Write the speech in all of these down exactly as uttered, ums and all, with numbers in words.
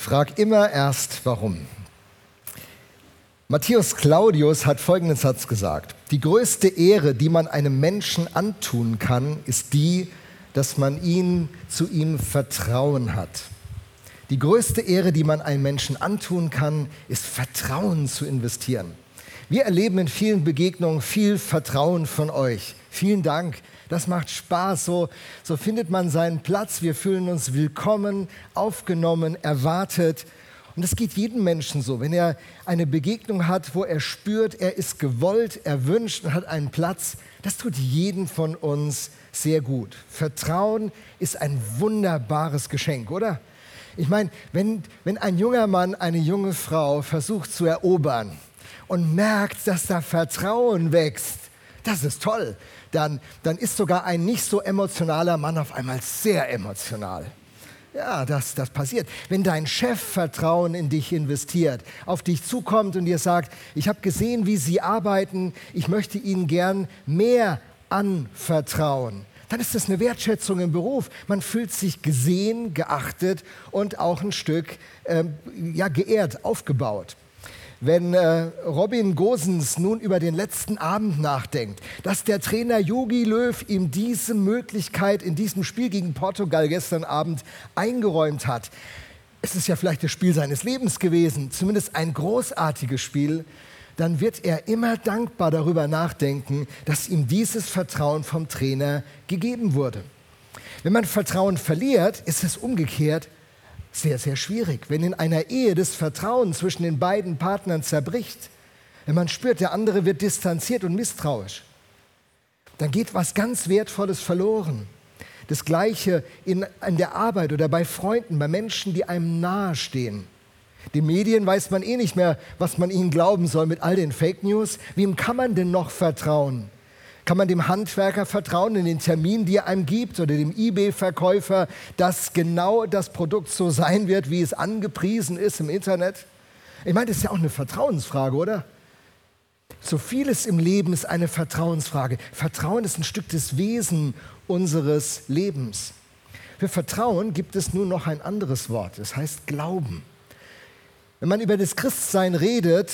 Frag immer erst, warum. Matthias Claudius hat folgenden Satz gesagt: Die größte Ehre, die man einem Menschen antun kann, ist die, dass man ihn zu ihm Vertrauen hat. Die größte Ehre, die man einem Menschen antun kann, ist Vertrauen zu investieren. Wir erleben in vielen Begegnungen viel Vertrauen von euch. Vielen Dank. Das macht Spaß. So, so findet man seinen Platz. Wir fühlen uns willkommen, aufgenommen, erwartet. Und das geht jedem Menschen so. Wenn er eine Begegnung hat, wo er spürt, er ist gewollt, erwünscht und hat einen Platz, das tut jeden von uns sehr gut. Vertrauen ist ein wunderbares Geschenk, oder? Ich meine, wenn, wenn ein junger Mann eine junge Frau versucht zu erobern und merkt, dass da Vertrauen wächst, das ist toll. Dann, dann ist sogar ein nicht so emotionaler Mann auf einmal sehr emotional. Ja, das, das passiert. Wenn dein Chef Vertrauen in dich investiert, auf dich zukommt und dir sagt, ich habe gesehen, wie Sie arbeiten, ich möchte Ihnen gern mehr anvertrauen, dann ist das eine Wertschätzung im Beruf. Man fühlt sich gesehen, geachtet und auch ein Stück ähm, ja, geehrt, aufgebaut. Wenn äh, Robin Gosens nun über den letzten Abend nachdenkt, dass der Trainer Jogi Löw ihm diese Möglichkeit in diesem Spiel gegen Portugal gestern Abend eingeräumt hat, es ist ja vielleicht das Spiel seines Lebens gewesen, zumindest ein großartiges Spiel, dann wird er immer dankbar darüber nachdenken, dass ihm dieses Vertrauen vom Trainer gegeben wurde. Wenn man Vertrauen verliert, ist es umgekehrt sehr, sehr schwierig. Wenn in einer Ehe das Vertrauen zwischen den beiden Partnern zerbricht, wenn man spürt, der andere wird distanziert und misstrauisch, dann geht was ganz Wertvolles verloren. Das Gleiche in, in der Arbeit oder bei Freunden, bei Menschen, die einem nahestehen. Den Medien weiß man eh nicht mehr, was man ihnen glauben soll mit all den Fake News. Wem kann man denn noch vertrauen? Kann man dem Handwerker vertrauen in den Termin, die er einem gibt, oder dem eBay-Verkäufer, dass genau das Produkt so sein wird, wie es angepriesen ist im Internet? Ich meine, das ist ja auch eine Vertrauensfrage, oder? So vieles im Leben ist eine Vertrauensfrage. Vertrauen ist ein Stück des Wesens unseres Lebens. Für Vertrauen gibt es nur noch ein anderes Wort, das heißt Glauben. Wenn man über das Christsein redet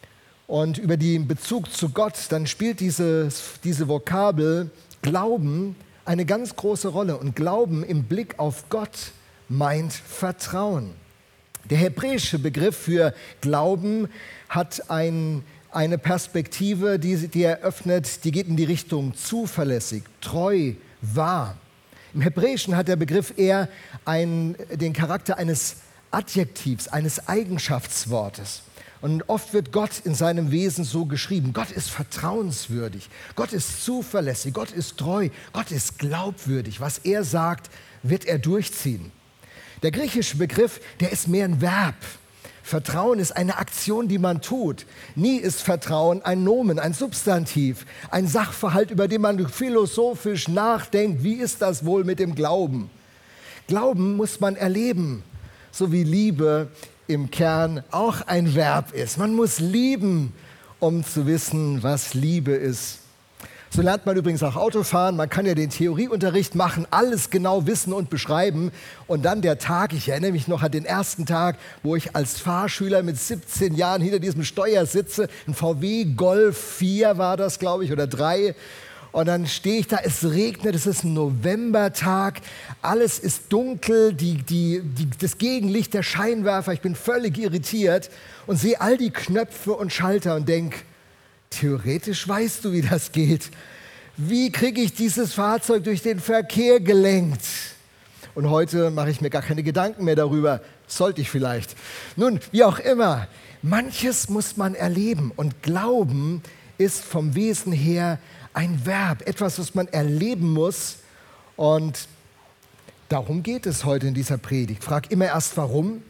und über den Bezug zu Gott, dann spielt dieses, diese Vokabel Glauben eine ganz große Rolle. Und Glauben im Blick auf Gott meint Vertrauen. Der hebräische Begriff für Glauben hat ein, eine Perspektive, die, die eröffnet, die geht in die Richtung zuverlässig, treu, wahr. Im Hebräischen hat der Begriff eher ein, den Charakter eines Adjektivs, eines Eigenschaftswortes. Und oft wird Gott in seinem Wesen so geschrieben. Gott ist vertrauenswürdig, Gott ist zuverlässig, Gott ist treu, Gott ist glaubwürdig. Was er sagt, wird er durchziehen. Der griechische Begriff, der ist mehr ein Verb. Vertrauen ist eine Aktion, die man tut. Nie ist Vertrauen ein Nomen, ein Substantiv, ein Sachverhalt, über den man philosophisch nachdenkt. Wie ist das wohl mit dem Glauben? Glauben muss man erleben, so wie Liebe im Kern auch ein Verb ist. Man muss lieben, um zu wissen, was Liebe ist. So lernt man übrigens auch Autofahren. Man kann ja den Theorieunterricht machen, alles genau wissen und beschreiben. Und dann der Tag, ich erinnere mich noch an den ersten Tag, wo ich als Fahrschüler mit siebzehn Jahren hinter diesem Steuer sitze. Ein V W Golf vier war das, glaube ich, oder drei. Und dann stehe ich da, es regnet, es ist ein Novembertag, alles ist dunkel, die, die, die, das Gegenlicht der Scheinwerfer, ich bin völlig irritiert und sehe all die Knöpfe und Schalter und denke, theoretisch weißt du, wie das geht. Wie kriege ich dieses Fahrzeug durch den Verkehr gelenkt? Und heute mache ich mir gar keine Gedanken mehr darüber, sollte ich vielleicht. Nun, wie auch immer, manches muss man erleben und Glauben ist vom Wesen her ein Verb, etwas, was man erleben muss. Und darum geht es heute in dieser Predigt. Frag immer erst, warum.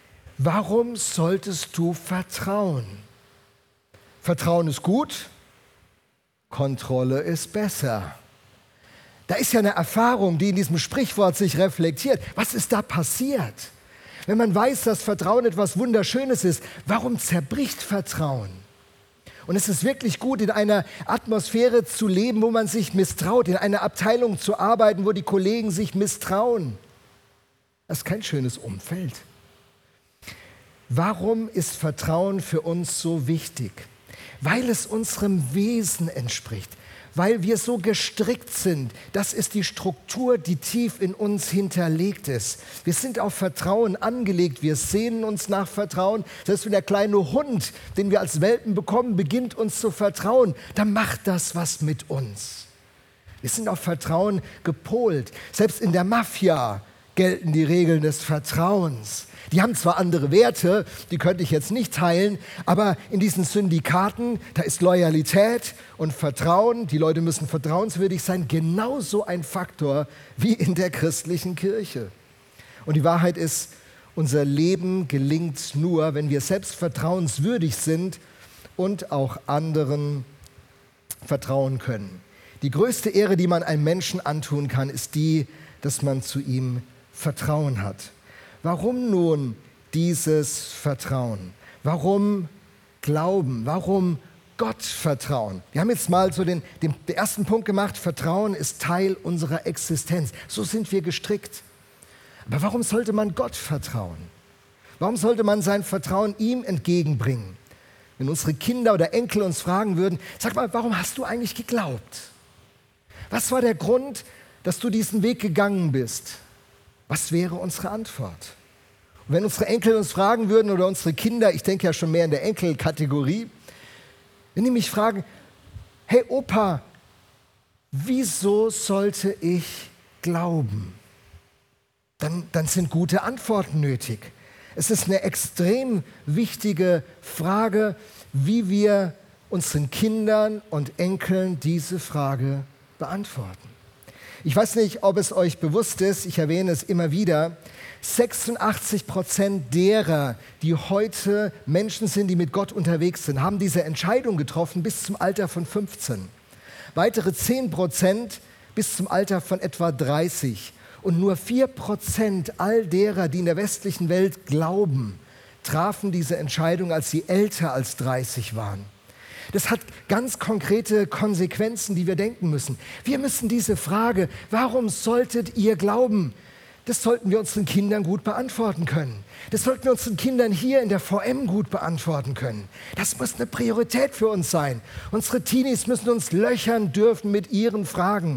Warum solltest du vertrauen? Vertrauen ist gut, Kontrolle ist besser. Da ist ja eine Erfahrung, die in diesem Sprichwort sich reflektiert. Was ist da passiert? Wenn man weiß, dass Vertrauen etwas Wunderschönes ist, warum zerbricht Vertrauen? Und es ist wirklich gut, in einer Atmosphäre zu leben, wo man sich misstraut, in einer Abteilung zu arbeiten, wo die Kollegen sich misstrauen. Das ist kein schönes Umfeld. Warum ist Vertrauen für uns so wichtig? Weil es unserem Wesen entspricht, weil wir so gestrickt sind. Das ist die Struktur, die tief in uns hinterlegt ist. Wir sind auf Vertrauen angelegt, wir sehnen uns nach Vertrauen. Selbst wenn der kleine Hund, den wir als Welpen bekommen, beginnt uns zu vertrauen, dann macht das was mit uns. Wir sind auf Vertrauen gepolt. Selbst in der Mafia gelten die Regeln des Vertrauens. Die haben zwar andere Werte, die könnte ich jetzt nicht teilen, aber in diesen Syndikaten, da ist Loyalität und Vertrauen, die Leute müssen vertrauenswürdig sein, genauso ein Faktor wie in der christlichen Kirche. Und die Wahrheit ist, unser Leben gelingt nur, wenn wir selbst vertrauenswürdig sind und auch anderen vertrauen können. Die größte Ehre, die man einem Menschen antun kann, ist die, dass man zu ihm Vertrauen hat. Warum nun dieses Vertrauen? Warum Glauben? Warum Gott vertrauen? Wir haben jetzt mal so den, den, den ersten Punkt gemacht, Vertrauen ist Teil unserer Existenz. So sind wir gestrickt. Aber warum sollte man Gott vertrauen? Warum sollte man sein Vertrauen ihm entgegenbringen? Wenn unsere Kinder oder Enkel uns fragen würden, sag mal, warum hast du eigentlich geglaubt? Was war der Grund, dass du diesen Weg gegangen bist? Was wäre unsere Antwort? Und wenn unsere Enkel uns fragen würden oder unsere Kinder, ich denke ja schon mehr in der Enkelkategorie, wenn die mich fragen, hey Opa, wieso sollte ich glauben? Dann, dann sind gute Antworten nötig. Es ist eine extrem wichtige Frage, wie wir unseren Kindern und Enkeln diese Frage beantworten. Ich weiß nicht, ob es euch bewusst ist, ich erwähne es immer wieder, sechsundachtzig Prozent derer, die heute Menschen sind, die mit Gott unterwegs sind, haben diese Entscheidung getroffen bis zum Alter von fünfzehn. Weitere zehn Prozent bis zum Alter von etwa dreißig. Und nur vier Prozent all derer, die in der westlichen Welt glauben, trafen diese Entscheidung, als sie älter als dreißig waren. Das hat ganz konkrete Konsequenzen, die wir denken müssen. Wir müssen diese Frage, warum solltet ihr glauben? Das sollten wir unseren Kindern gut beantworten können. Das sollten wir unseren Kindern hier in der V M gut beantworten können. Das muss eine Priorität für uns sein. Unsere Teenies müssen uns löchern dürfen mit ihren Fragen.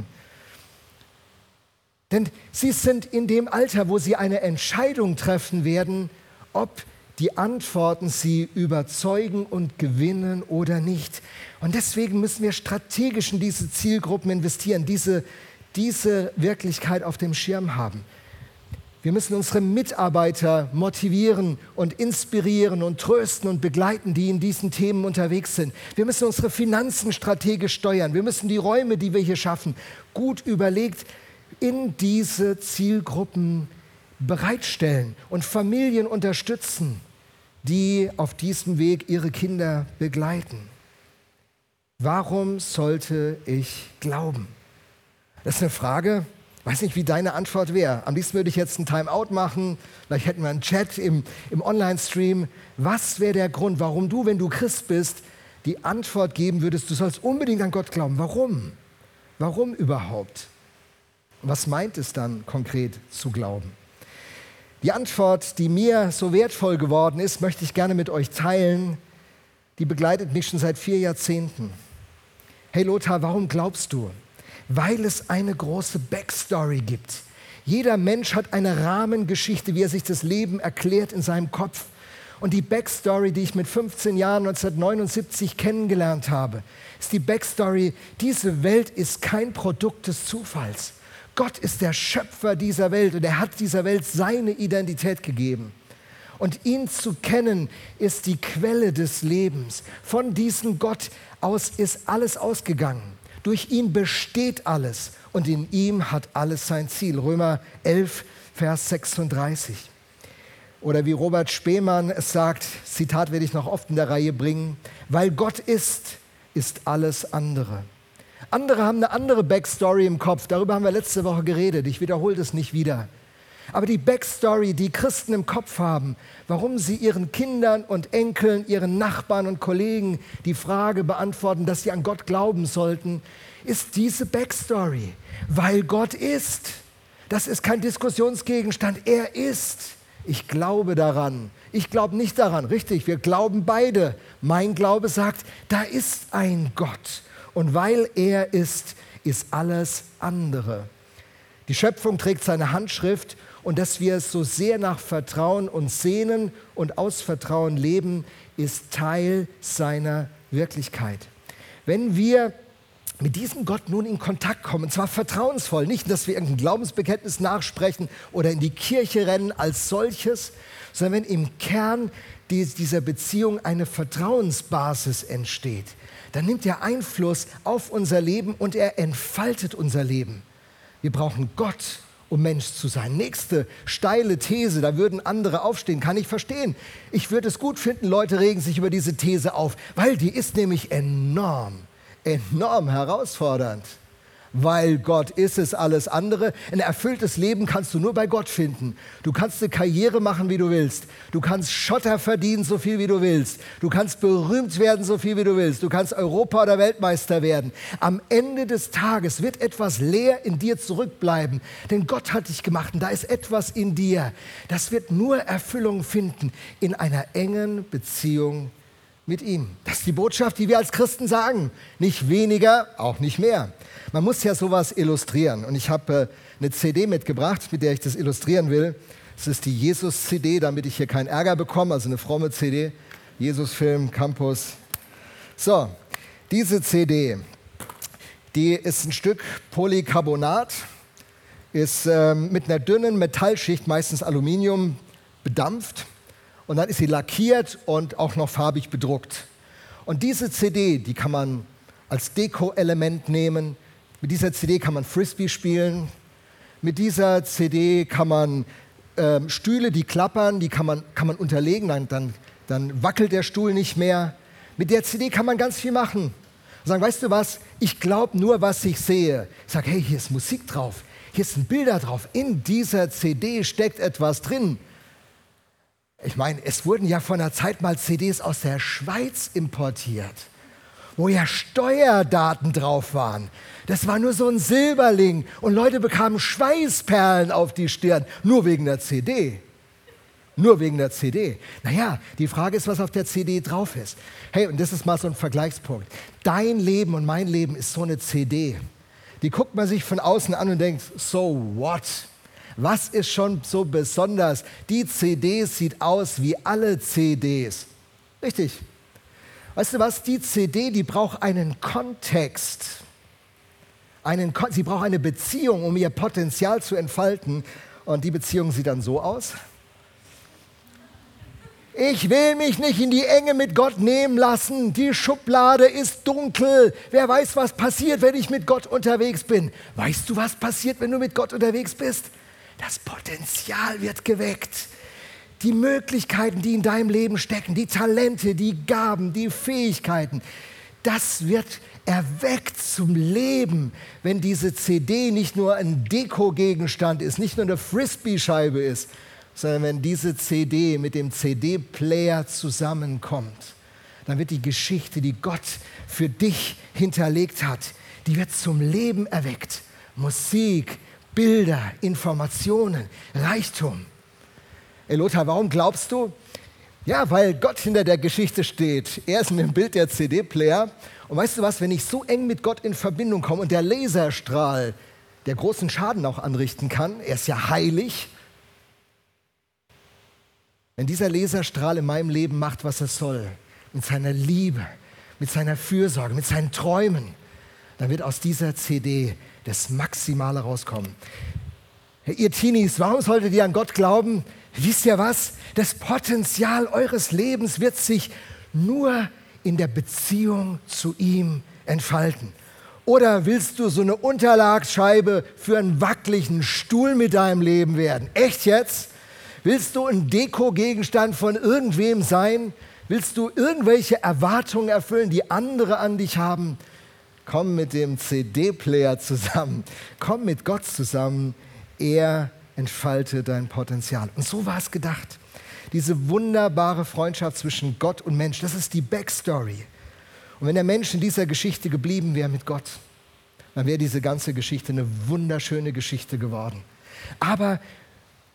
Denn sie sind in dem Alter, wo sie eine Entscheidung treffen werden, ob die Antworten sie überzeugen und gewinnen oder nicht. Und deswegen müssen wir strategisch in diese Zielgruppen investieren, diese, diese Wirklichkeit auf dem Schirm haben. Wir müssen unsere Mitarbeiter motivieren und inspirieren und trösten und begleiten, die in diesen Themen unterwegs sind. Wir müssen unsere Finanzen strategisch steuern. Wir müssen die Räume, die wir hier schaffen, gut überlegt in diese Zielgruppen bereitstellen und Familien unterstützen, die auf diesem Weg ihre Kinder begleiten. Warum sollte ich glauben? Das ist eine Frage, ich weiß nicht, wie deine Antwort wäre. Am liebsten würde ich jetzt ein Timeout machen, vielleicht hätten wir einen Chat im, im Online-Stream. Was wäre der Grund, warum du, wenn du Christ bist, die Antwort geben würdest, du sollst unbedingt an Gott glauben? Warum? Warum überhaupt? Was meint es dann konkret zu glauben? Die Antwort, die mir so wertvoll geworden ist, möchte ich gerne mit euch teilen. Die begleitet mich schon seit vier Jahrzehnten. Hey Lothar, warum glaubst du? Weil es eine große Backstory gibt. Jeder Mensch hat eine Rahmengeschichte, wie er sich das Leben erklärt in seinem Kopf. Und die Backstory, die ich mit fünfzehn Jahren neunzehnhundertneunundsiebzig kennengelernt habe, ist die Backstory, diese Welt ist kein Produkt des Zufalls. Gott ist der Schöpfer dieser Welt und er hat dieser Welt seine Identität gegeben. Und ihn zu kennen, ist die Quelle des Lebens. Von diesem Gott aus ist alles ausgegangen. Durch ihn besteht alles und in ihm hat alles sein Ziel. Römer elf, Vers sechsunddreißig. Oder wie Robert Spemann es sagt, Zitat werde ich noch oft in der Reihe bringen, weil Gott ist, ist alles andere. Andere haben eine andere Backstory im Kopf, darüber haben wir letzte Woche geredet, ich wiederhole das nicht wieder. Aber die Backstory, die Christen im Kopf haben, warum sie ihren Kindern und Enkeln, ihren Nachbarn und Kollegen die Frage beantworten, dass sie an Gott glauben sollten, ist diese Backstory. Weil Gott ist. Das ist kein Diskussionsgegenstand, er ist. Ich glaube daran. ich glaube nicht daran. Richtig, wir glauben beide. Mein Glaube sagt, da ist ein Gott. Und weil er ist, ist alles andere. Die Schöpfung trägt seine Handschrift und dass wir so sehr nach Vertrauen uns sehnen und aus Vertrauen leben, ist Teil seiner Wirklichkeit. Wenn wir mit diesem Gott nun in Kontakt kommen, und zwar vertrauensvoll, nicht, dass wir irgendein Glaubensbekenntnis nachsprechen oder in die Kirche rennen als solches, sondern wenn im Kern dieser Beziehung eine Vertrauensbasis entsteht, dann nimmt er Einfluss auf unser Leben und er entfaltet unser Leben. Wir brauchen Gott, um Mensch zu sein. Nächste steile These, da würden andere aufstehen, kann ich verstehen. Ich würde es gut finden, Leute regen sich über diese These auf, weil die ist nämlich enorm. enorm herausfordernd, weil Gott ist es, alles andere. Ein erfülltes Leben kannst du nur bei Gott finden. Du kannst eine Karriere machen, wie du willst. Du kannst Schotter verdienen, so viel wie du willst. Du kannst berühmt werden, so viel wie du willst. Du kannst Europa- oder Weltmeister werden. Am Ende des Tages wird etwas leer in dir zurückbleiben, denn Gott hat dich gemacht und da ist etwas in dir. Das wird nur Erfüllung finden in einer engen Beziehung mit ihm. Das ist die Botschaft, die wir als Christen sagen. Nicht weniger, auch nicht mehr. Man muss ja sowas illustrieren. Und ich habe äh, eine C D mitgebracht, mit der ich das illustrieren will. Das ist die Jesus-C D, damit ich hier keinen Ärger bekomme. Also eine fromme C D. Jesus-Film, Campus. So, diese C D, die ist ein Stück Polycarbonat, ist äh, mit einer dünnen Metallschicht, meistens Aluminium, bedampft. Und dann ist sie lackiert und auch noch farbig bedruckt. Und diese C D, die kann man als Deko-Element nehmen. Mit dieser C D kann man Frisbee spielen. Mit dieser C D kann man äh, Stühle, die klappern, die kann man, kann man unterlegen, dann, dann, dann wackelt der Stuhl nicht mehr. Mit der C D kann man ganz viel machen. Und sagen, weißt du was, ich glaube nur, was ich sehe. Ich sage, hey, hier ist Musik drauf, hier sind Bilder drauf. In dieser C D steckt etwas drin. Ich meine, es wurden ja vor einer Zeit mal C Ds aus der Schweiz importiert, wo ja Steuerdaten drauf waren. Das war nur so ein Silberling und Leute bekamen Schweißperlen auf die Stirn, nur wegen der C D. Nur wegen der C D. Naja, die Frage ist, was auf der C D drauf ist. Hey, und das ist mal so ein Vergleichspunkt. Dein Leben und mein Leben ist so eine C D. Die guckt man sich von außen an und denkt, so what? Was ist schon so besonders? Die C D sieht aus wie alle C Ds. Richtig. Weißt du was? Die C D, die braucht einen Kontext. Einen Kon- Sie braucht eine Beziehung, um ihr Potenzial zu entfalten. Und die Beziehung sieht dann so aus. Ich will mich nicht in die Enge mit Gott nehmen lassen. Die Schublade ist dunkel. Wer weiß, was passiert, wenn ich mit Gott unterwegs bin. Weißt du, was passiert, wenn du mit Gott unterwegs bist? Das Potenzial wird geweckt. Die Möglichkeiten, die in deinem Leben stecken, die Talente, die Gaben, die Fähigkeiten, das wird erweckt zum Leben, wenn diese C D nicht nur ein Deko-Gegenstand ist, nicht nur eine Frisbee-Scheibe ist, sondern wenn diese C D mit dem C D-Player zusammenkommt. Dann wird die Geschichte, die Gott für dich hinterlegt hat, die wird zum Leben erweckt. Musik, Bilder, Informationen, Reichtum. Ey Lothar, warum glaubst du? Ja, weil Gott hinter der Geschichte steht. Er ist in dem Bild der C D-Player. Und weißt du was, wenn ich so eng mit Gott in Verbindung komme und der Laserstrahl, der großen Schaden auch anrichten kann, er ist ja heilig. Wenn dieser Laserstrahl in meinem Leben macht, was er soll, mit seiner Liebe, mit seiner Fürsorge, mit seinen Träumen, dann wird aus dieser C D das Maximale rauskommen. Ihr Teenies, warum solltet ihr an Gott glauben? Wisst ihr was? Das Potenzial eures Lebens wird sich nur in der Beziehung zu ihm entfalten. Oder willst du so eine Unterlagsscheibe für einen wackeligen Stuhl mit deinem Leben werden? Echt jetzt? Willst du ein Deko-Gegenstand von irgendwem sein? Willst du irgendwelche Erwartungen erfüllen, die andere an dich haben? Komm mit dem C D-Player zusammen. Komm mit Gott zusammen. Er entfaltet dein Potenzial. Und so war es gedacht. Diese wunderbare Freundschaft zwischen Gott und Mensch, das ist die Backstory. Und wenn der Mensch in dieser Geschichte geblieben wäre mit Gott, dann wäre diese ganze Geschichte eine wunderschöne Geschichte geworden. Aber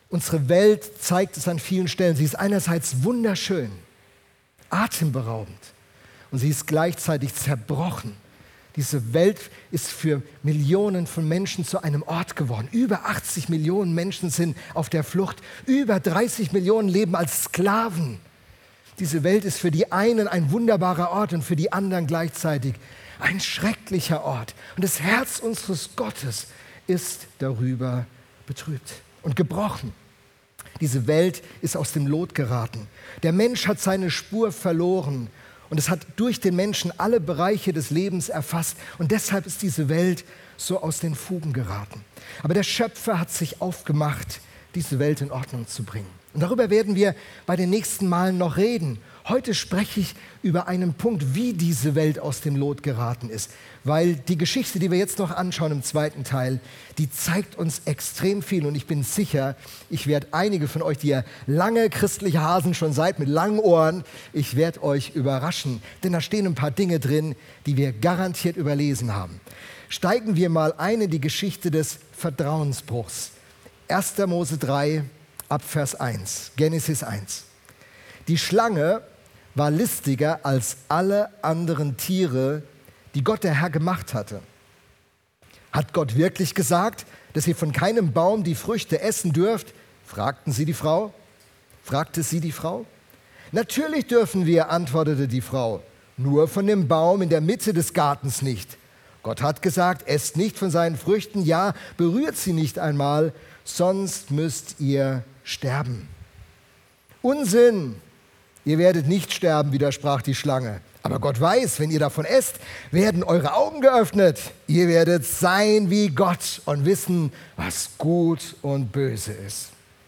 Unsere Welt zeigt es an vielen Stellen. Sie ist einerseits wunderschön, atemberaubend und sie ist gleichzeitig zerbrochen. Diese Welt ist für Millionen von Menschen zu einem Ort geworden. Über achtzig Millionen Menschen sind auf der Flucht. Über dreißig Millionen leben als Sklaven. Diese Welt ist für die einen ein wunderbarer Ort und für die anderen gleichzeitig ein schrecklicher Ort. Und das Herz unseres Gottes ist darüber betrübt und gebrochen. Diese Welt ist aus dem Lot geraten. Der Mensch hat seine Spur verloren. Und es hat durch den Menschen alle Bereiche des Lebens erfasst. Und deshalb ist diese Welt so aus den Fugen geraten. Aber der Schöpfer hat sich aufgemacht, diese Welt in Ordnung zu bringen. Und darüber werden wir bei den nächsten Malen noch reden. Heute spreche ich über einen Punkt, wie diese Welt aus dem Lot geraten ist. Weil die Geschichte, die wir jetzt noch anschauen im zweiten Teil, die zeigt uns extrem viel. Und ich bin sicher, ich werde einige von euch, die ja lange christliche Hasen schon seid, mit langen Ohren, ich werde euch überraschen. Denn da stehen ein paar Dinge drin, die wir garantiert überlesen haben. Steigen wir mal ein in die Geschichte des Vertrauensbruchs. erster Mose drei, ab Vers eins, Genesis eins. Die Schlange war listiger als alle anderen Tiere, die Gott der Herr gemacht hatte. Hat Gott wirklich gesagt, dass ihr von keinem Baum die Früchte essen dürft? Fragten sie die Frau. Fragte sie die Frau. Natürlich dürfen wir, antwortete die Frau, nur von dem Baum in der Mitte des Gartens nicht. Gott hat gesagt, esst nicht von seinen Früchten, ja, berührt sie nicht einmal, sonst müsst ihr sterben. Unsinn! Ihr werdet nicht sterben, widersprach die Schlange. Aber Gott weiß, wenn ihr davon esst, werden eure Augen geöffnet. Ihr werdet sein wie Gott und wissen, was gut und böse ist.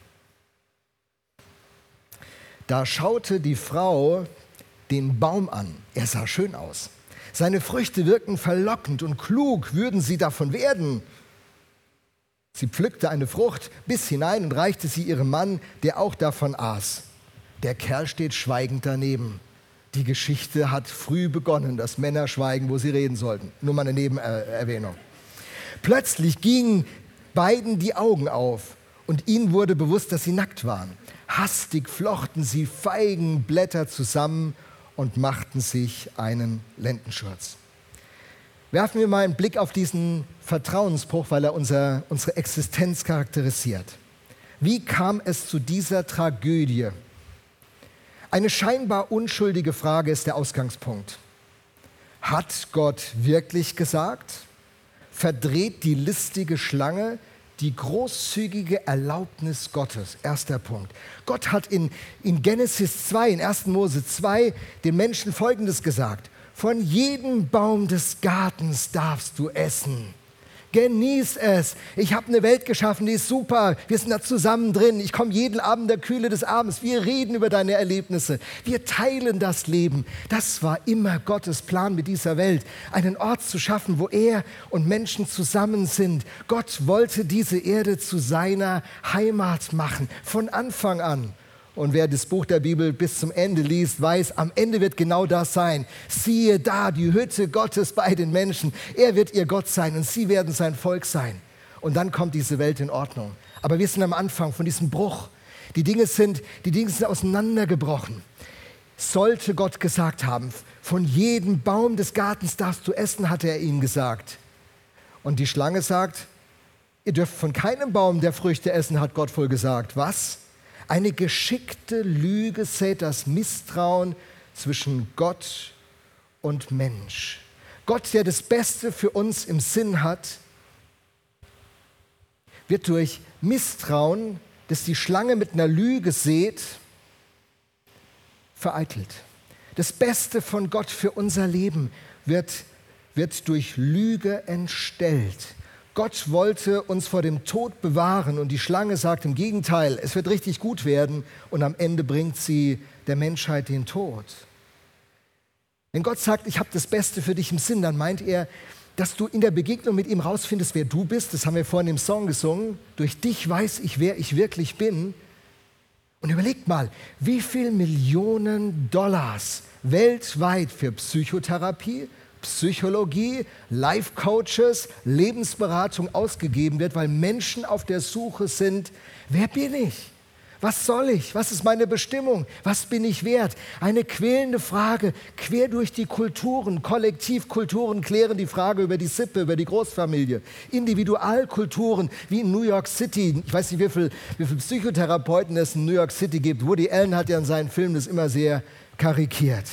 Da schaute die Frau den Baum an. Er sah schön aus. Seine Früchte wirkten verlockend und klug würden sie davon werden. Sie pflückte eine Frucht, biss hinein und reichte sie ihrem Mann, der auch davon aß. Der Kerl steht schweigend daneben. Die Geschichte hat früh begonnen, dass Männer schweigen, wo sie reden sollten. Nur mal eine Nebenerwähnung. Plötzlich gingen beiden die Augen auf und ihnen wurde bewusst, dass sie nackt waren. Hastig flochten sie Feigenblätter zusammen und machten sich einen Lendenschurz. Werfen wir mal einen Blick auf diesen Vertrauensbruch, weil er unser, unsere Existenz charakterisiert. Wie kam es zu dieser Tragödie? Eine scheinbar unschuldige Frage ist der Ausgangspunkt. Hat Gott wirklich gesagt? Verdreht die listige Schlange die großzügige Erlaubnis Gottes? Erster Punkt. Gott hat in, in Genesis zwei, in erster Mose zwei, den Menschen Folgendes gesagt. Von jedem Baum des Gartens darfst du essen. Genieß es. Ich habe eine Welt geschaffen, die ist super. Wir sind da zusammen drin. Ich komme jeden Abend in der Kühle des Abends. Wir reden über deine Erlebnisse. Wir teilen das Leben. Das war immer Gottes Plan mit dieser Welt. Einen Ort zu schaffen, wo er und Menschen zusammen sind. Gott wollte diese Erde zu seiner Heimat machen. Von Anfang an. Und wer das Buch der Bibel bis zum Ende liest, weiß, am Ende wird genau das sein. Siehe da, die Hütte Gottes bei den Menschen. Er wird ihr Gott sein und sie werden sein Volk sein. Und dann kommt diese Welt in Ordnung. Aber wir sind am Anfang von diesem Bruch. Die Dinge sind, die Dinge sind auseinandergebrochen. Sollte Gott gesagt haben, von jedem Baum des Gartens darfst du essen, hatte er ihnen gesagt. Und die Schlange sagt, ihr dürft von keinem Baum der Früchte essen, hat Gott wohl gesagt. Was? Eine geschickte Lüge sät das Misstrauen zwischen Gott und Mensch. Gott, der das Beste für uns im Sinn hat, wird durch Misstrauen, das die Schlange mit einer Lüge sät, vereitelt. Das Beste von Gott für unser Leben wird, wird durch Lüge entstellt. Gott wollte uns vor dem Tod bewahren und die Schlange sagt im Gegenteil, es wird richtig gut werden und am Ende bringt sie der Menschheit den Tod. Wenn Gott sagt, ich habe das Beste für dich im Sinn, dann meint er, dass du in der Begegnung mit ihm rausfindest, wer du bist. Das haben wir vorhin im Song gesungen. Durch dich weiß ich, wer ich wirklich bin. Und überlegt mal, wie viel Millionen Dollars weltweit für Psychotherapie, Psychologie, Life-Coaches, Lebensberatung ausgegeben wird, weil Menschen auf der Suche sind, wer bin ich? Was soll ich? Was ist meine Bestimmung? Was bin ich wert? Eine quälende Frage, quer durch die Kulturen. Kollektivkulturen klären die Frage über die Sippe, über die Großfamilie. Individualkulturen, wie in New York City. Ich weiß nicht, wie viele wie viel Psychotherapeuten es in New York City gibt. Woody Allen hat ja in seinen Filmen das immer sehr karikiert.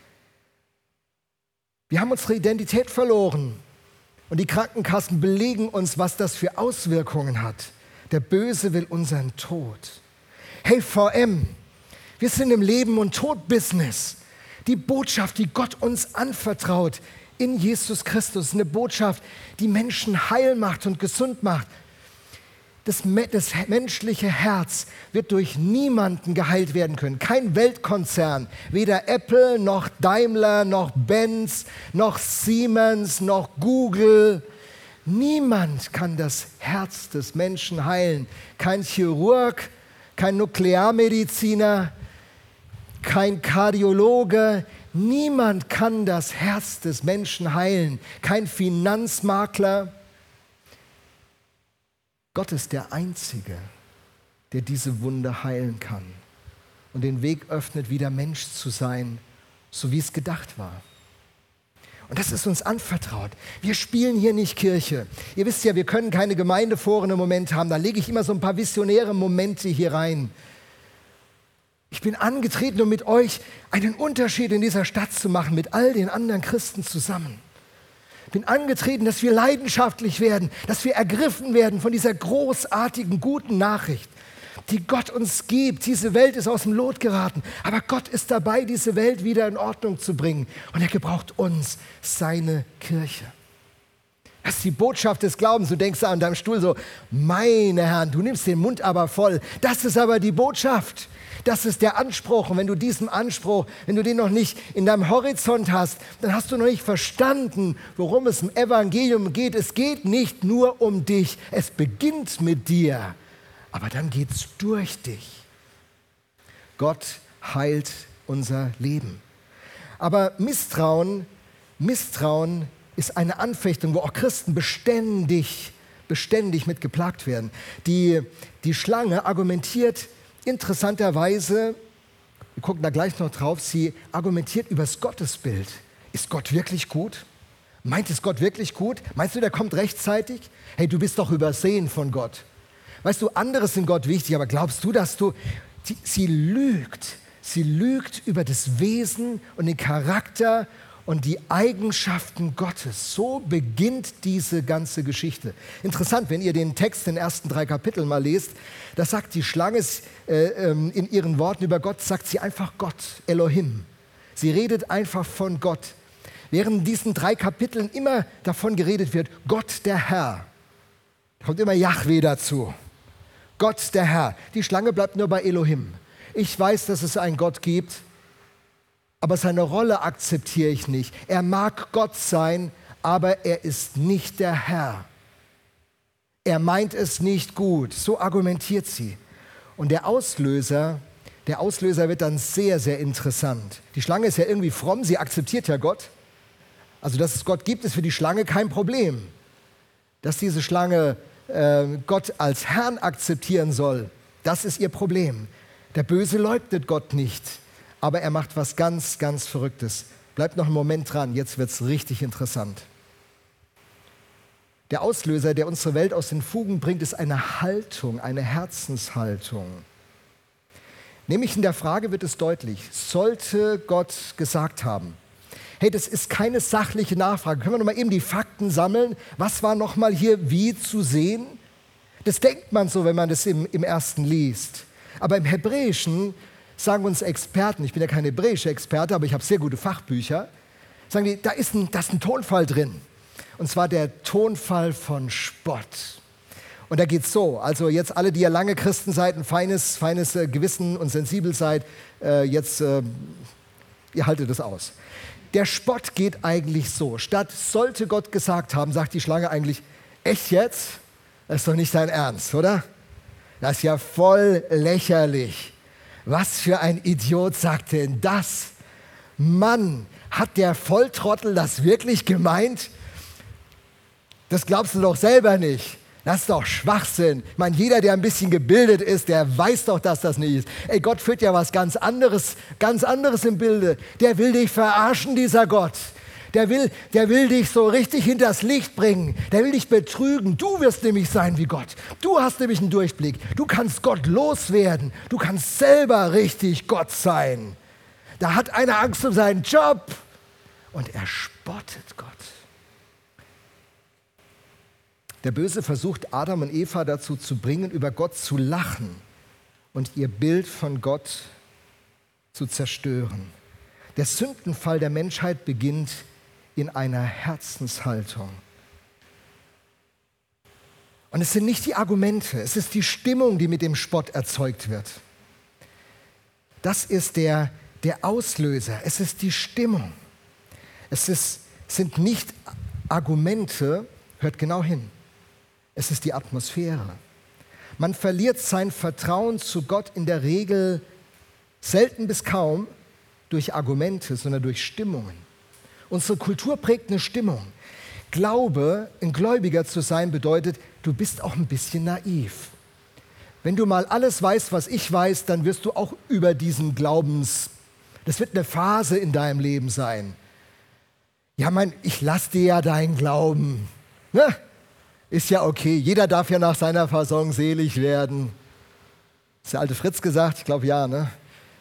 Wir haben unsere Identität verloren. Und die Krankenkassen belegen uns, was das für Auswirkungen hat. Der Böse will unseren Tod. Hey V M, wir sind im Leben- und Tod-Business. Die Botschaft, die Gott uns anvertraut in Jesus Christus, eine Botschaft, die Menschen heil macht und gesund macht. Das, das menschliche Herz wird durch niemanden geheilt werden können. Kein Weltkonzern, weder Apple noch Daimler noch Benz noch Siemens noch Google. Niemand kann das Herz des Menschen heilen. Kein Chirurg, kein Nuklearmediziner, kein Kardiologe. Niemand kann das Herz des Menschen heilen. Kein Finanzmakler. Gott ist der Einzige, der diese Wunde heilen kann und den Weg öffnet, wieder Mensch zu sein, so wie es gedacht war. Und das ist uns anvertraut. Wir spielen hier nicht Kirche. Ihr wisst ja, wir können keine Gemeindeforen im Moment haben. Da lege ich immer so ein paar visionäre Momente hier rein. Ich bin angetreten, um mit euch einen Unterschied in dieser Stadt zu machen, mit all den anderen Christen zusammen. Ich bin angetreten, dass wir leidenschaftlich werden, dass wir ergriffen werden von dieser großartigen, guten Nachricht, die Gott uns gibt. Diese Welt ist aus dem Lot geraten, aber Gott ist dabei, diese Welt wieder in Ordnung zu bringen. Und er gebraucht uns, seine Kirche. Das ist die Botschaft des Glaubens. Du denkst an deinem Stuhl so, meine Herren, du nimmst den Mund aber voll. Das ist aber die Botschaft. Das ist der Anspruch. Und wenn du diesen Anspruch, wenn du den noch nicht in deinem Horizont hast, dann hast du noch nicht verstanden, worum es im Evangelium geht. Es geht nicht nur um dich. Es beginnt mit dir. Aber dann geht es durch dich. Gott heilt unser Leben. Aber Misstrauen, Misstrauen ist eine Anfechtung, wo auch Christen beständig, beständig mit geplagt werden. Die, die Schlange argumentiert interessanterweise, wir gucken da gleich noch drauf, sie argumentiert über das Gottesbild. Ist Gott wirklich gut? Meint es Gott wirklich gut? Meinst du, der kommt rechtzeitig? Hey, du bist doch übersehen von Gott. Weißt du, andere sind Gott wichtig, aber glaubst du, dass du... Sie, sie lügt. Sie lügt über das Wesen und den Charakter und die Eigenschaften Gottes. So beginnt diese ganze Geschichte. Interessant, wenn ihr den Text in den ersten drei Kapiteln mal lest, da sagt die Schlange äh, in ihren Worten über Gott, sagt sie einfach Gott, Elohim. Sie redet einfach von Gott. Während in diesen drei Kapiteln immer davon geredet wird, Gott der Herr. Da kommt immer Jahwe dazu. Gott der Herr. Die Schlange bleibt nur bei Elohim. Ich weiß, dass es einen Gott gibt, aber seine Rolle akzeptiere ich nicht. Er mag Gott sein, aber er ist nicht der Herr. Er meint es nicht gut. So argumentiert sie. Und der Auslöser, der Auslöser wird dann sehr, sehr interessant. Die Schlange ist ja irgendwie fromm, sie akzeptiert ja Gott. Also, dass es Gott gibt, ist für die Schlange kein Problem. Dass diese Schlange äh, Gott als Herrn akzeptieren soll, das ist ihr Problem. Der Böse leugnet Gott nicht. Aber er macht was ganz, ganz Verrücktes. Bleibt noch einen Moment dran, jetzt wird es richtig interessant. Der Auslöser, der unsere Welt aus den Fugen bringt, ist eine Haltung, eine Herzenshaltung. Nämlich in der Frage wird es deutlich, sollte Gott gesagt haben, hey, das ist keine sachliche Nachfrage, können wir noch mal eben die Fakten sammeln, was war noch mal hier wie zu sehen? Das denkt man so, wenn man das im, im Ersten liest. Aber im Hebräischen sagen uns Experten, ich bin ja kein hebräischer Experte, aber ich habe sehr gute Fachbücher, sagen die, da ist ein, da ist ein Tonfall drin. Und zwar der Tonfall von Spott. Und da geht es so, also jetzt alle, die ja lange Christen seid, ein feines, feines äh, Gewissen und sensibel seid, äh, jetzt, äh, ihr haltet das aus. Der Spott geht eigentlich so, statt sollte Gott gesagt haben, sagt die Schlange eigentlich, echt jetzt? Das ist doch nicht dein Ernst, oder? Das ist ja voll lächerlich. Was für ein Idiot sagt denn das? Mann, hat der Volltrottel das wirklich gemeint? Das glaubst du doch selber nicht. Das ist doch Schwachsinn. Ich meine, jeder, der ein bisschen gebildet ist, der weiß doch, dass das nicht ist. Ey, Gott führt ja was ganz anderes, ganz anderes im Bilde. Der will dich verarschen, dieser Gott. Der will, der will dich so richtig hinters Licht bringen. Der will dich betrügen. Du wirst nämlich sein wie Gott. Du hast nämlich einen Durchblick. Du kannst Gott loswerden. Du kannst selber richtig Gott sein. Da hat einer Angst um seinen Job und er spottet Gott. Der Böse versucht, Adam und Eva dazu zu bringen, über Gott zu lachen und ihr Bild von Gott zu zerstören. Der Sündenfall der Menschheit beginnt in einer Herzenshaltung. Und es sind nicht die Argumente, es ist die Stimmung, die mit dem Spott erzeugt wird. Das ist der, der Auslöser, es ist die Stimmung. Es ist, sind nicht Argumente, hört genau hin, es ist die Atmosphäre. Man verliert sein Vertrauen zu Gott in der Regel selten bis kaum durch Argumente, sondern durch Stimmungen. Unsere Kultur prägt eine Stimmung. Glaube, ein Gläubiger zu sein, bedeutet, du bist auch ein bisschen naiv. Wenn du mal alles weißt, was ich weiß, dann wirst du auch über diesen Glaubens, das wird eine Phase in deinem Leben sein. Ja, mein, ich lass dir ja deinen Glauben. Ne? Ist ja okay, jeder darf ja nach seiner Fasson selig werden. Ist der alte Fritz gesagt? Ich glaube ja, ne?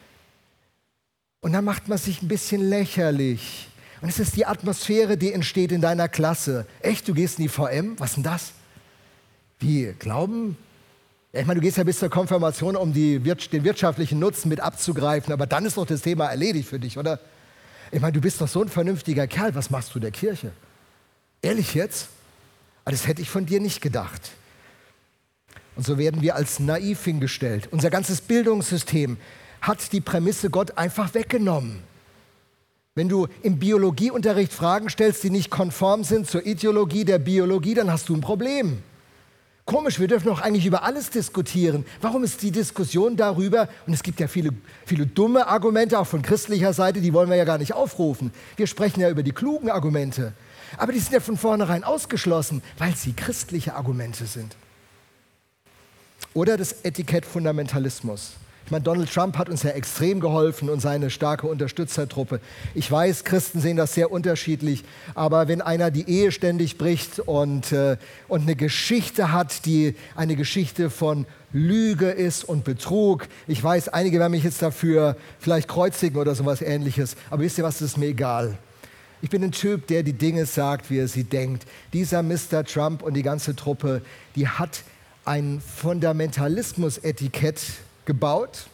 Und dann macht man sich ein bisschen lächerlich. Und es ist die Atmosphäre, die entsteht in deiner Klasse. Echt, du gehst in die V M? Was denn das? Wie, Glauben? Ja, ich meine, du gehst ja bis zur Konfirmation, um die, den wirtschaftlichen Nutzen mit abzugreifen, aber dann ist doch das Thema erledigt für dich, oder? Ich meine, du bist doch so ein vernünftiger Kerl, was machst du der Kirche? Ehrlich jetzt? Das hätte ich von dir nicht gedacht. Und so werden wir als naiv hingestellt. Unser ganzes Bildungssystem hat die Prämisse Gott einfach weggenommen. Wenn du im Biologieunterricht Fragen stellst, die nicht konform sind zur Ideologie der Biologie, dann hast du ein Problem. Komisch, wir dürfen doch eigentlich über alles diskutieren. Warum ist die Diskussion darüber, und es gibt ja viele, viele dumme Argumente, auch von christlicher Seite, die wollen wir ja gar nicht aufrufen. Wir sprechen ja über die klugen Argumente. Aber die sind ja von vornherein ausgeschlossen, weil sie christliche Argumente sind. Oder das Etikett Fundamentalismus. Ich meine, Donald Trump hat uns ja extrem geholfen und seine starke Unterstützertruppe. Ich weiß, Christen sehen das sehr unterschiedlich, aber wenn einer die Ehe ständig bricht und, äh, und eine Geschichte hat, die eine Geschichte von Lüge ist und Betrug, ich weiß, einige werden mich jetzt dafür vielleicht kreuzigen oder sowas Ähnliches, aber wisst ihr was, das ist mir egal. Ich bin ein Typ, der die Dinge sagt, wie er sie denkt. Dieser Mister Trump und die ganze Truppe, die hat ein Fundamentalismus-Etikett gebaut.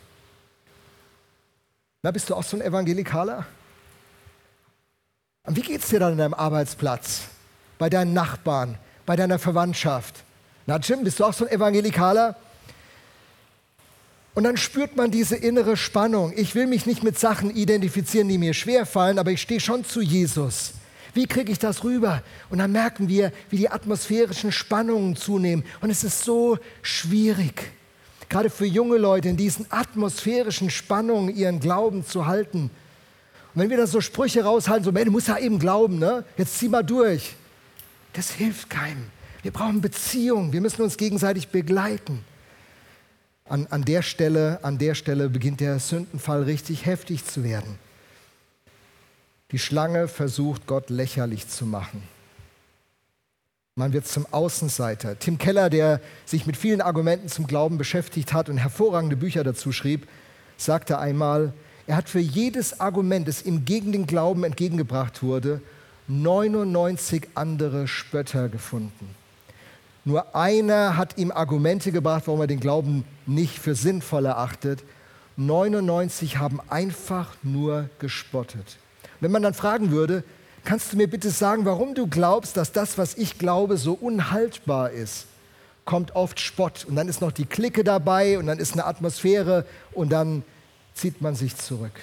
Na, bist du auch so ein Evangelikaler? Und wie geht es dir dann an deinem Arbeitsplatz, bei deinen Nachbarn, bei deiner Verwandtschaft? Na, Jim, bist du auch so ein Evangelikaler? Und dann spürt man diese innere Spannung. Ich will mich nicht mit Sachen identifizieren, die mir schwerfallen, aber ich stehe schon zu Jesus. Wie kriege ich das rüber? Und dann merken wir, wie die atmosphärischen Spannungen zunehmen. Und es ist so schwierig, gerade für junge Leute in diesen atmosphärischen Spannungen ihren Glauben zu halten. Und wenn wir dann so Sprüche raushalten, so, du musst ja eben glauben, ne? Jetzt zieh mal durch. Das hilft keinem. Wir brauchen Beziehung. Wir müssen uns gegenseitig begleiten. An, an, der Stelle, an der Stelle beginnt der Sündenfall richtig heftig zu werden. Die Schlange versucht, Gott lächerlich zu machen. Man wird zum Außenseiter. Tim Keller, der sich mit vielen Argumenten zum Glauben beschäftigt hat und hervorragende Bücher dazu schrieb, sagte einmal, er hat für jedes Argument, das ihm gegen den Glauben entgegengebracht wurde, neunundneunzig andere Spötter gefunden. Nur einer hat ihm Argumente gebracht, warum er den Glauben nicht für sinnvoll erachtet. neunundneunzig haben einfach nur gespottet. Wenn man dann fragen würde, kannst du mir bitte sagen, warum du glaubst, dass das, was ich glaube, so unhaltbar ist? Kommt oft Spott und dann ist noch die Clique dabei und dann ist eine Atmosphäre und dann zieht man sich zurück.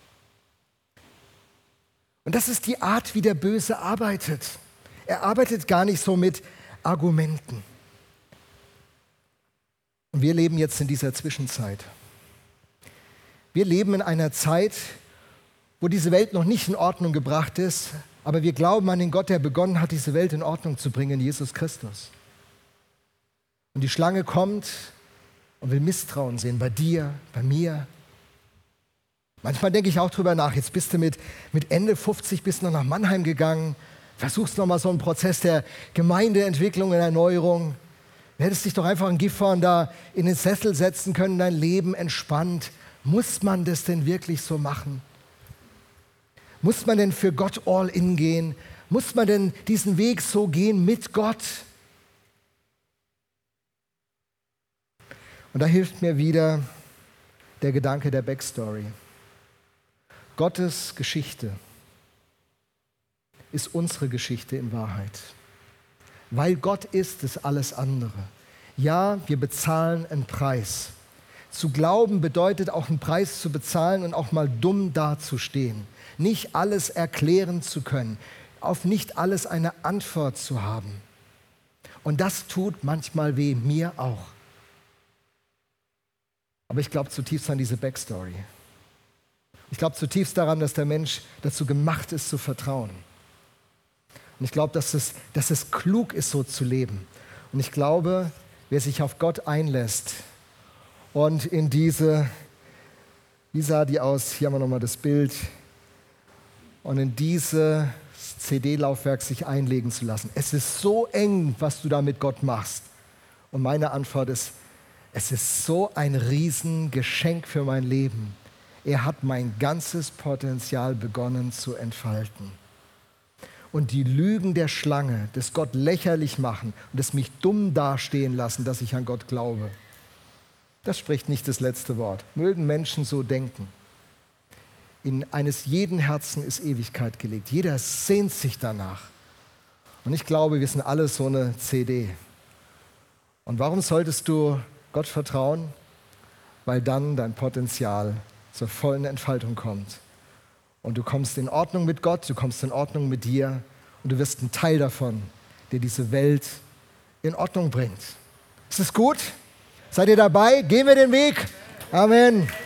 Und das ist die Art, wie der Böse arbeitet. Er arbeitet gar nicht so mit Argumenten. Und wir leben jetzt in dieser Zwischenzeit. Wir leben in einer Zeit, wo diese Welt noch nicht in Ordnung gebracht ist, aber wir glauben an den Gott, der begonnen hat, diese Welt in Ordnung zu bringen, Jesus Christus. Und die Schlange kommt und will Misstrauen sehen bei dir, bei mir. Manchmal denke ich auch drüber nach, jetzt bist du mit, mit Ende fünfzig bist noch nach Mannheim gegangen, versuchst nochmal so einen Prozess der Gemeindeentwicklung und Erneuerung. Du hättest dich doch einfach in Gifhorn da in den Sessel setzen können, dein Leben entspannt. Muss man das denn wirklich so machen? Muss man denn für Gott all in gehen? Muss man denn diesen Weg so gehen mit Gott? Und da hilft mir wieder der Gedanke der Backstory. Gottes Geschichte ist unsere Geschichte in Wahrheit. Weil Gott ist, ist alles andere. Ja, wir bezahlen einen Preis. Zu glauben bedeutet auch einen Preis zu bezahlen und auch mal dumm dazustehen. Nicht alles erklären zu können, auf nicht alles eine Antwort zu haben. Und das tut manchmal weh, mir auch. Aber ich glaube zutiefst an diese Backstory. Ich glaube zutiefst daran, dass der Mensch dazu gemacht ist, zu vertrauen. Und ich glaube, dass es, dass es klug ist, so zu leben. Und ich glaube, wer sich auf Gott einlässt und in diese, wie sah die aus? Hier haben wir nochmal das Bild. Und in dieses C D-Laufwerk sich einlegen zu lassen. Es ist so eng, was du da mit Gott machst. Und meine Antwort ist, es ist so ein Riesengeschenk für mein Leben. Er hat mein ganzes Potenzial begonnen zu entfalten. Und die Lügen der Schlange, das Gott lächerlich machen und das mich dumm dastehen lassen, dass ich an Gott glaube, das spricht nicht das letzte Wort. Mögen Menschen so denken. In eines jeden Herzen ist Ewigkeit gelegt. Jeder sehnt sich danach. Und ich glaube, wir sind alle so eine C D. Und warum solltest du Gott vertrauen? Weil dann dein Potenzial zur vollen Entfaltung kommt. Und du kommst in Ordnung mit Gott, du kommst in Ordnung mit dir und du wirst ein Teil davon, der diese Welt in Ordnung bringt. Ist es gut? Seid ihr dabei? Gehen wir den Weg? Amen.